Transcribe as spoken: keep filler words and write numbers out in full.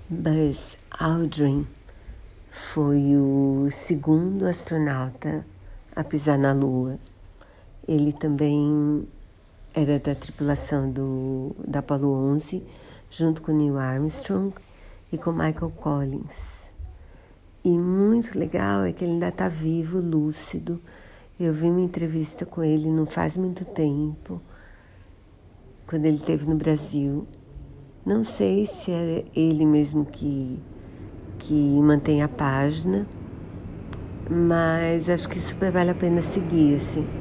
Buzz Aldrin foi o segundo astronauta a pisar na Lua. Ele também era da tripulação do, da Apollo onze, junto com Neil Armstrong e com Michael Collins. E muito legal é que ele ainda está vivo, lúcido. Eu vi uma entrevista com ele não faz muito tempo, quando ele esteve no Brasil. Não sei se é ele mesmo que, que mantém a página, mas acho que super vale a pena seguir, assim.